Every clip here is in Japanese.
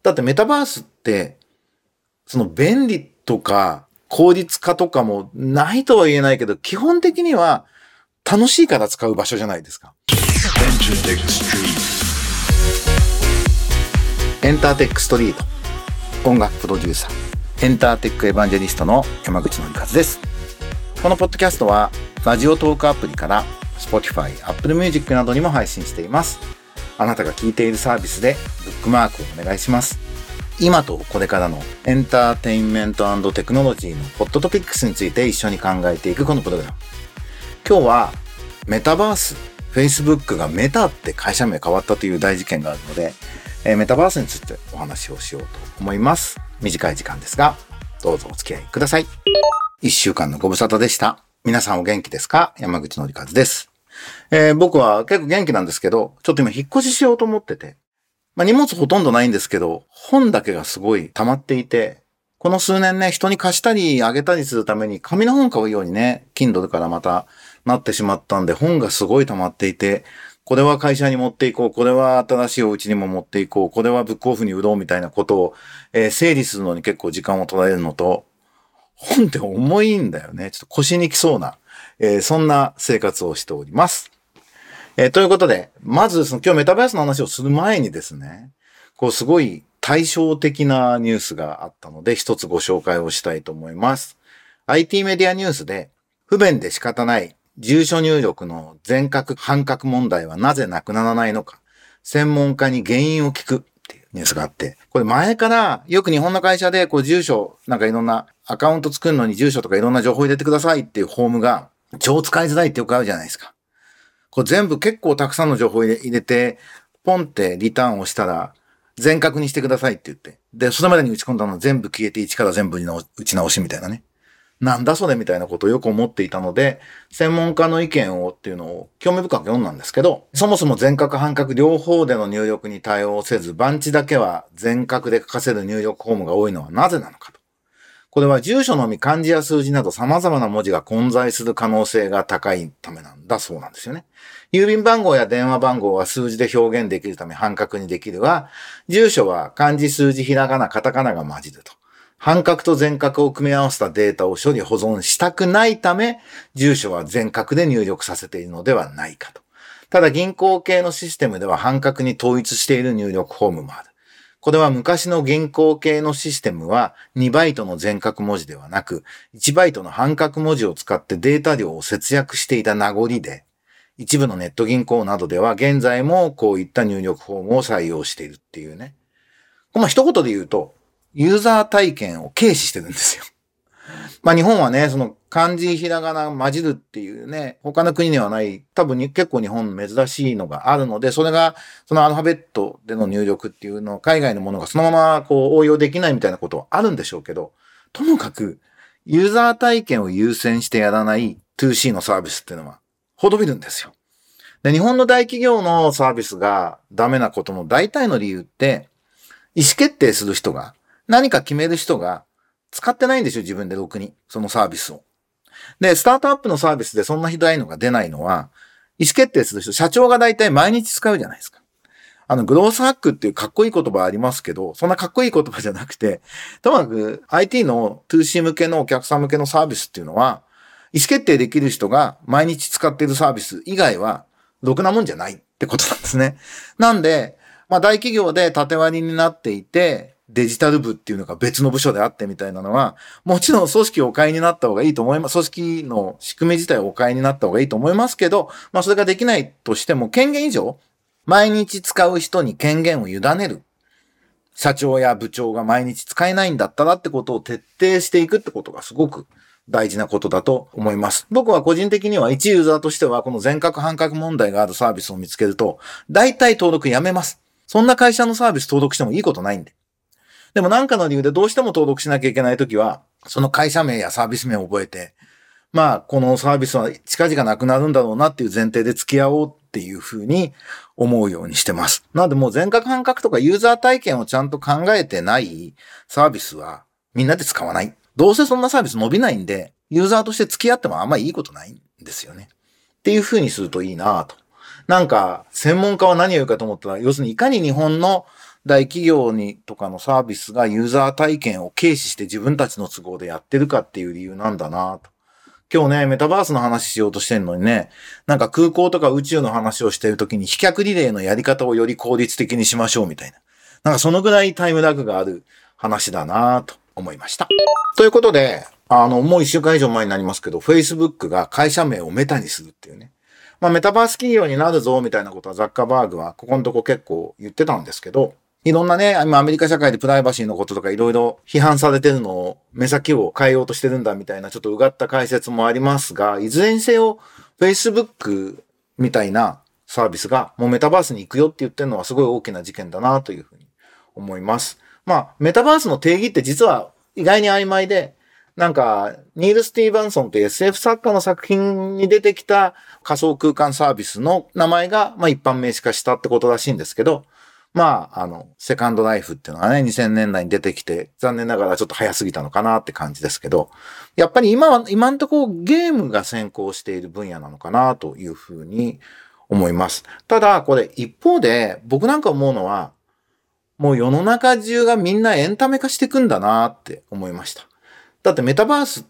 だってメタバースって、その便利とか効率化とかもないとは言えないけど、基本的には楽しいから使う場所じゃないですか。エンターテックストリート、音楽プロデューサー、エンターテックエヴァンジェリストの山口のりかずです。このポッドキャストはラジオトークアプリから Spotify、Apple Music などにも配信しています。あなたが聞いているサービスでブックマークをお願いします。今とこれからのエンターテインメント&テクノロジーのホットトピックスについて一緒に考えていくこのプログラム。今日はメタバース、Facebook がメタって会社名変わったという大事件があるので、メタバースについてお話をしようと思います。短い時間ですが、どうぞお付き合いください。1週間のご無沙汰でした。皆さんお元気ですか？山口のりかずです。僕は結構元気なんですけど、ちょっと今引っ越ししようと思ってて、荷物ほとんどないんですけど、本だけがすごい溜まっていて、この数年ね、人に貸したりあげたりするために紙の本買うようにね、Kindle からまたなってしまったんで、本がすごい溜まっていて、これは会社に持っていこう、これは新しいお家にも持っていこう、これはブックオフに売ろうみたいなことを、整理するのに結構時間を取られるのと、本って重いんだよね。ちょっと腰にきそうな、そんな生活をしております。ということで、まず今日メタバースの話をする前にですね、すごい対照的なニュースがあったので、一つご紹介をしたいと思います。IT メディアニュースで、不便で仕方ない住所入力の全角半角問題はなぜなくならないのか、専門家に原因を聞くっていうニュースがあって、これ前からよく日本の会社で住所、なんかいろんなアカウント作るのに住所とかいろんな情報入れてくださいっていうフォームが超使いづらいってよくあるじゃないですか。これ全部結構たくさんの情報入れて、ポンってリターンをしたら、全角にしてくださいって言って。で、それまでに打ち込んだの全部消えて1から全部に打ち直しみたいなね。なんだそれみたいなことをよく思っていたので、専門家の意見をっていうのを興味深く読んだんですけど、そもそも全角半角両方での入力に対応せず、番地だけは全角で書かせる入力フォームが多いのはなぜなのかと。これは住所のみ漢字や数字など様々な文字が混在する可能性が高いためなんだそうなんですよね。郵便番号や電話番号は数字で表現できるため半角にできるが、住所は漢字、数字、ひらがな、カタカナが混じると。半角と全角を組み合わせたデータを処理保存したくないため、住所は全角で入力させているのではないかと。ただ銀行系のシステムでは半角に統一している入力フォームもある。これは昔の銀行系のシステムは2バイトの全角文字ではなく、1バイトの半角文字を使ってデータ量を節約していた名残で、一部のネット銀行などでは現在もこういった入力フォームを採用しているっていうね。一言で言うと、ユーザー体験を軽視してるんですよ。日本はね、その漢字ひらがな混じるっていうね、他の国にはない、多分結構日本珍しいのがあるので、それがそのアルファベットでの入力っていうのを海外のものがそのまま応用できないみたいなことはあるんでしょうけど、ともかくユーザー体験を優先してやらない 2C のサービスっていうのはほどびるんですよ。で、日本の大企業のサービスがダメなことの大体の理由って、意思決定する人が、何か決める人が使ってないんですよ、自分でろくに。そのサービスを。で、スタートアップのサービスでそんなひどいのが出ないのは、意思決定する人、社長が大体毎日使うじゃないですか。グロースハックっていうかっこいい言葉ありますけど、そんなかっこいい言葉じゃなくて、ともかく IT の 2C 向けのお客さん向けのサービスっていうのは、意思決定できる人が毎日使っているサービス以外は、ろくなもんじゃないってことなんですね。なんで、大企業で縦割りになっていて、デジタル部っていうのが別の部署であってみたいなのは、もちろん組織をお変えになった方がいいと思います。組織の仕組み自体をお変えになった方がいいと思いますけど、それができないとしても権限以上、毎日使う人に権限を委ねる。社長や部長が毎日使えないんだったらってことを徹底していくってことがすごく大事なことだと思います。僕は個人的には一ユーザーとしてはこの全角半角問題があるサービスを見つけると、大体登録やめます。そんな会社のサービス登録してもいいことないんで。でも何かの理由でどうしても登録しなきゃいけないときは、その会社名やサービス名を覚えて、このサービスは近々なくなるんだろうなっていう前提で付き合おうっていうふうに思うようにしてます。なのでもう全角半角とかユーザー体験をちゃんと考えてないサービスはみんなで使わない。どうせそんなサービス伸びないんで、ユーザーとして付き合ってもあんまりいいことないんですよね。っていうふうにするといいなぁと。専門家は何を言うかと思ったら、要するにいかに日本の大企業にとかのサービスがユーザー体験を軽視して自分たちの都合でやってるかっていう理由なんだなと。今日ね、メタバースの話しようとしてんのにね、なんか空港とか宇宙の話をしてるときに飛脚リレーのやり方をより効率的にしましょうみたいな。なんかそのぐらいタイムラグがある話だなと思いました。ということで、もう一週間以上前になりますけど、Facebook が会社名をメタにするっていうね。メタバース企業になるぞみたいなことはザッカーバーグはここのとこ結構言ってたんですけど、いろんなね、今アメリカ社会でプライバシーのこととかいろいろ批判されてるのを目先を変えようとしてるんだみたいなちょっとうがった解説もありますが、いずれにせよ Facebook みたいなサービスがもうメタバースに行くよって言ってるのはすごい大きな事件だなというふうに思います。メタバースの定義って実は意外に曖昧で、なんか、ニール・スティーバンソンという SF 作家の作品に出てきた仮想空間サービスの名前が、一般名詞化したってことらしいんですけど、セカンドライフっていうのがね、2000年代に出てきて、残念ながらちょっと早すぎたのかなって感じですけど、やっぱり今んとこゲームが先行している分野なのかなというふうに思います。ただ、これ一方で、僕なんか思うのは、もう世の中中がみんなエンタメ化していくんだなって思いました。だってメタバースって、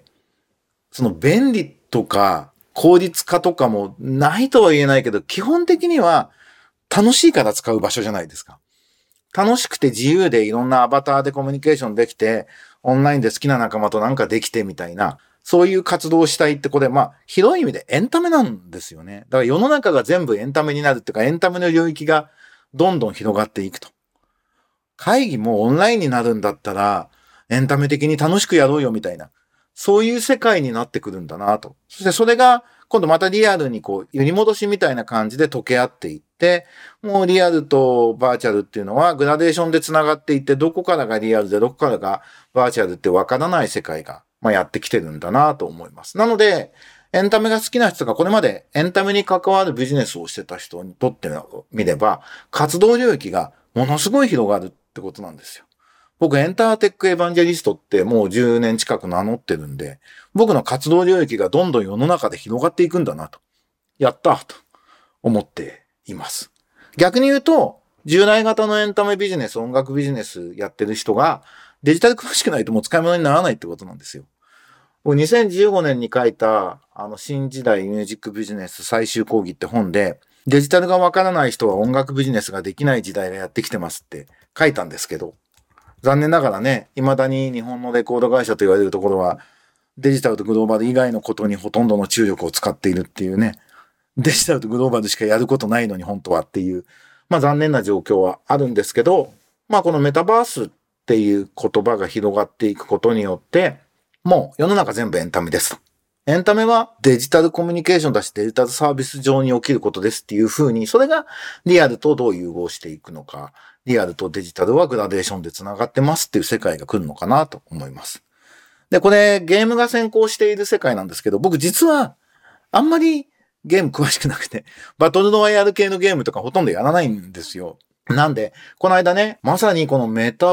その便利とか効率化とかもないとは言えないけど、基本的には楽しいから使う場所じゃないですか。楽しくて自由でいろんなアバターでコミュニケーションできて、オンラインで好きな仲間となんかできてみたいな、そういう活動をしたいってこれ、広い意味でエンタメなんですよね。だから世の中が全部エンタメになるっていうか、エンタメの領域がどんどん広がっていくと。会議もオンラインになるんだったら、エンタメ的に楽しくやろうよみたいな、そういう世界になってくるんだなと。そしてそれが今度またリアルに揺り戻しみたいな感じで溶け合っていって、もうリアルとバーチャルっていうのはグラデーションで繋がっていって、どこからがリアルでどこからがバーチャルってわからない世界が、やってきてるんだなと思います。なので、エンタメが好きな人がこれまでエンタメに関わるビジネスをしてた人にとってみれば、活動領域がものすごい広がるってことなんですよ。僕、エンターテックエヴァンジェリストってもう10年近く名乗ってるんで、僕の活動領域がどんどん世の中で広がっていくんだなと。やったと思っています。逆に言うと、従来型のエンタメビジネス、音楽ビジネスやってる人がデジタル詳しくないともう使い物にならないってことなんですよ。僕2015年に書いた新時代ミュージックビジネス最終講義って本で、デジタルがわからない人は音楽ビジネスができない時代がやってきてますって書いたんですけど、残念ながらね、未だに日本のレコード会社と言われるところは、デジタルとグローバル以外のことにほとんどの注力を使っているっていうね、デジタルとグローバルしかやることないのに本当はっていう、残念な状況はあるんですけど、このメタバースっていう言葉が広がっていくことによって、もう世の中全部エンタメですと。エンタメはデジタルコミュニケーションだしデジタルサービス上に起きることですっていう風に、それがリアルとどう融合していくのか、リアルとデジタルはグラデーションで繋がってますっていう世界が来るのかなと思います。で、これゲームが先行している世界なんですけど、僕実はあんまりゲーム詳しくなくて、バトルロワイヤル系のゲームとかほとんどやらないんですよ。なんで、この間ね、まさにこの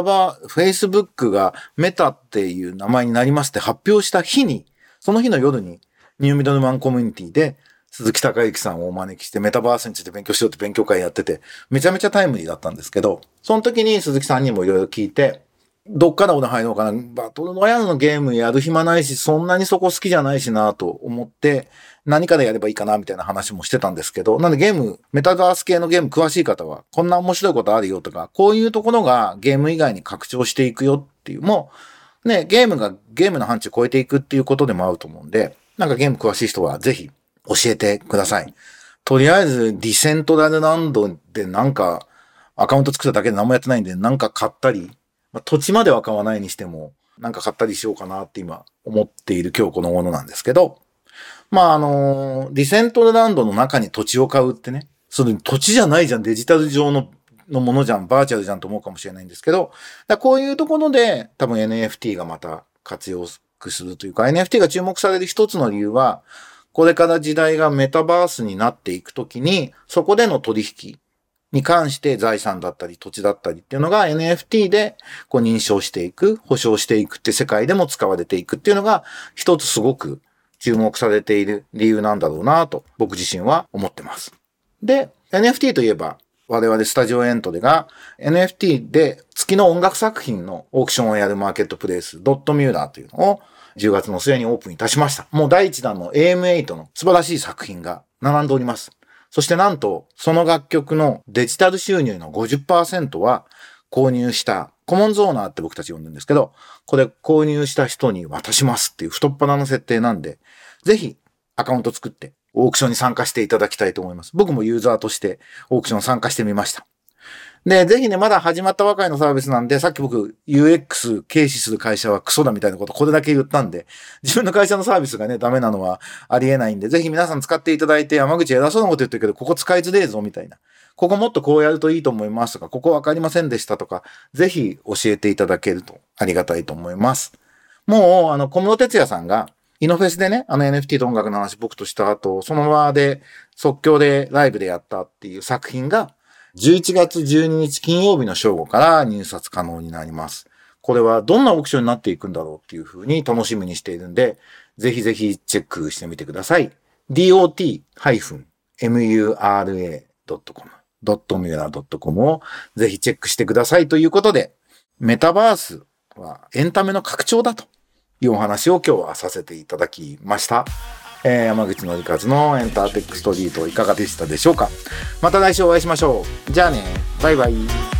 Facebook がメタっていう名前になりますって発表した日に、その日の夜にニューミドルマンコミュニティで鈴木孝之さんをお招きしてメタバースについて勉強しようって勉強会やってて、めちゃめちゃタイムリーだったんですけど、その時に鈴木さんにもいろいろ聞いて、どっから俺入ろうかな、バトルロワイヤルのゲームやる暇ないし、そんなにそこ好きじゃないしなと思って、何からやればいいかなみたいな話もしてたんですけど、なんでメタバース系のゲーム詳しい方は、こんな面白いことあるよとか、こういうところがゲーム以外に拡張していくよっていう、もうね、ゲームの範疇を超えていくっていうことでもあると思うんで、なんかゲーム詳しい人はぜひ教えてください。とりあえずディセントラルランドでなんかアカウント作っただけで何もやってないんで、なんか買ったり、土地までは買わないにしても、なんか買ったりしようかなって今思っている今日このものなんですけど、ディセントランドの中に土地を買うってね、それ土地じゃないじゃん、デジタル上のものじゃん、バーチャルじゃんと思うかもしれないんですけど、こういうところで多分 NFT がまた活用するというか、NFT が注目される一つの理由は、これから時代がメタバースになっていくときに、そこでの取引に関して財産だったり土地だったりっていうのが NFT で認証していく、保証していくって世界でも使われていくっていうのが一つすごく注目されている理由なんだろうなと僕自身は思ってます。で、NFT といえば我々スタジオエントでが NFT で月の音楽作品のオークションをやるマーケットプレイスドットミューラーというのを10月の末にオープンいたしました。もう第1弾の AM8 の素晴らしい作品が並んでおります。そしてなんとその楽曲のデジタル収入の 50% は購入したコモンズオーナーって僕たち呼んでるんですけど、これ購入した人に渡しますっていう太っ腹な設定なんで、ぜひアカウント作ってオークションに参加していただきたいと思います。僕もユーザーとしてオークション参加してみました。で、ぜひね、まだ始まったばかりのサービスなんで、さっき僕 UX 軽視する会社はクソだみたいなことこれだけ言ったんで、自分の会社のサービスがね、ダメなのはありえないんで、ぜひ皆さん使っていただいて、山口偉そうなこと言ってるけど、ここ使いづれえぞみたいな。ここもっとこうやるといいと思いますとか、ここわかりませんでしたとか、ぜひ教えていただけるとありがたいと思います。もう、小室哲也さんが、イノフェスでね、NFT と音楽の話僕とした後、その場で即興でライブでやったっていう作品が、11月12日金曜日の正午から入札可能になります。これはどんなオークションになっていくんだろうっていう風に楽しみにしているんで、ぜひぜひチェックしてみてください。dot-mura.com .mura.com をぜひチェックしてくださいということで、メタバースはエンタメの拡張だというお話を今日はさせていただきました。山口のりかずのエンターテックストリートいかがでしたでしょうか。また来週お会いしましょう。じゃあね、バイバイ。